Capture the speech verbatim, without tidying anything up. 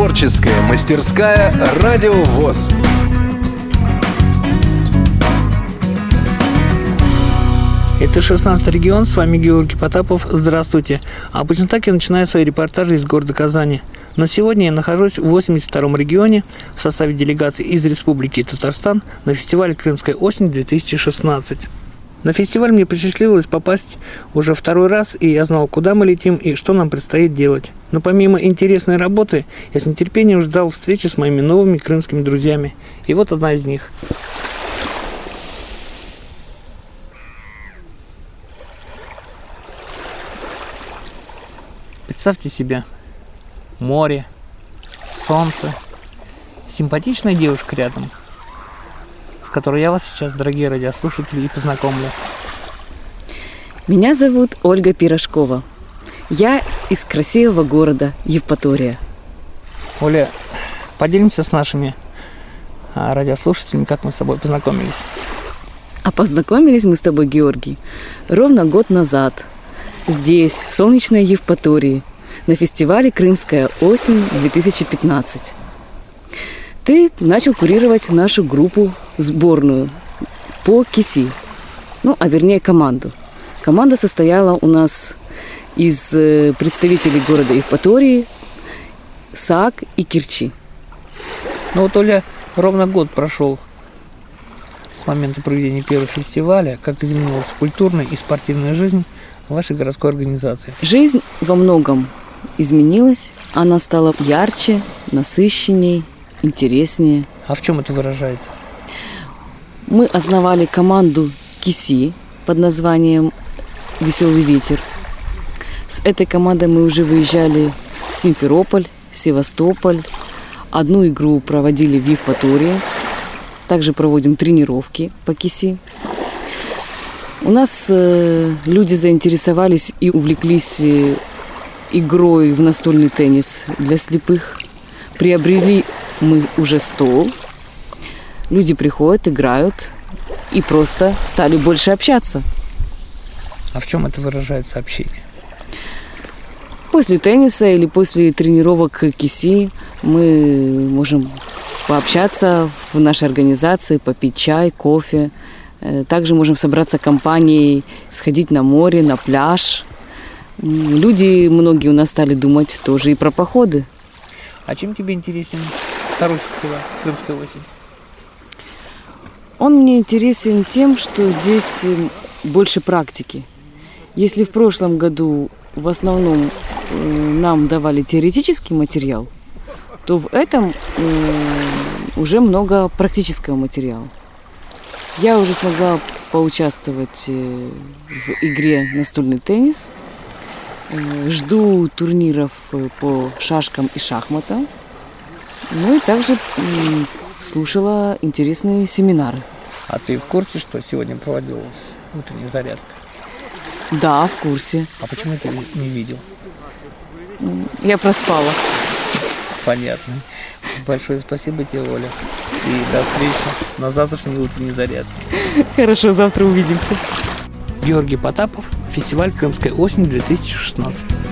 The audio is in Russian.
Творческая мастерская «Радио ВОС». Это шестнадцатый регион, с вами Георгий Потапов. Здравствуйте. Обычно так я начинаю свои репортажи из города Казани. Но сегодня я нахожусь в восемьдесят втором регионе в составе делегации из Республики Татарстан на фестивале «Крымская осень-две тысячи шестнадцать». На фестиваль мне посчастливилось попасть уже второй раз, и я знал, куда мы летим и что нам предстоит делать. Но помимо интересной работы, я с нетерпением ждал встречи с моими новыми крымскими друзьями. И вот одна из них. Представьте себе море, солнце, симпатичная девушка рядом, с которой я вас сейчас, дорогие радиослушатели, и познакомлю. Меня зовут Ольга Пирожкова. Я из красивого города Евпатория. Оля, поделимся с нашими радиослушателями, как мы с тобой познакомились. А познакомились мы с тобой, Георгий, ровно год назад, здесь, в солнечной Евпатории, на фестивале «Крымская осень-две тысячи пятнадцать». Ты начал курировать нашу группу, сборную по КИСИ, ну, а вернее команду. Команда состояла у нас из представителей города Евпатории, СААК и Керчи. Ну вот, Оля, ровно год прошел с момента проведения первого фестиваля. Как изменилась культурная и спортивная жизнь вашей городской организации? Жизнь во многом изменилась. Она стала ярче, насыщенней, интереснее. А в чем это выражается? Мы основали команду КИСИ под названием «Веселый ветер». С этой командой мы уже выезжали в Симферополь, Севастополь. Одну игру проводили в Евпатории. Также проводим тренировки по КИСИ. У нас э, люди заинтересовались и увлеклись э, игрой в настольный теннис для слепых. Приобрели мы уже стол. Люди приходят, играют и просто стали больше общаться. А в чем это выражается общение? После тенниса или после тренировок КИСИ мы можем пообщаться в нашей организации, попить чай, кофе. Также можем собраться компанией, сходить на море, на пляж. Люди, многие у нас стали думать тоже и про походы. А чем тебе интересен второй фестиваль «Крымская осень»? Он мне интересен тем, что здесь больше практики. Если в прошлом году в основном нам давали теоретический материал, то в этом уже много практического материала. Я уже смогла поучаствовать в игре «Настольный теннис». Жду турниров по шашкам и шахматам. Ну и также слушала интересные семинары. А ты в курсе, что сегодня проводилась утренняя зарядка? Да, в курсе. А почему ты не видел? Я проспала. Понятно. Большое спасибо тебе, Оля. И до встречи на завтрашней утренней зарядке. Хорошо, завтра увидимся. Георгий Потапов, фестиваль «Крымская осень-две тысячи шестнадцать».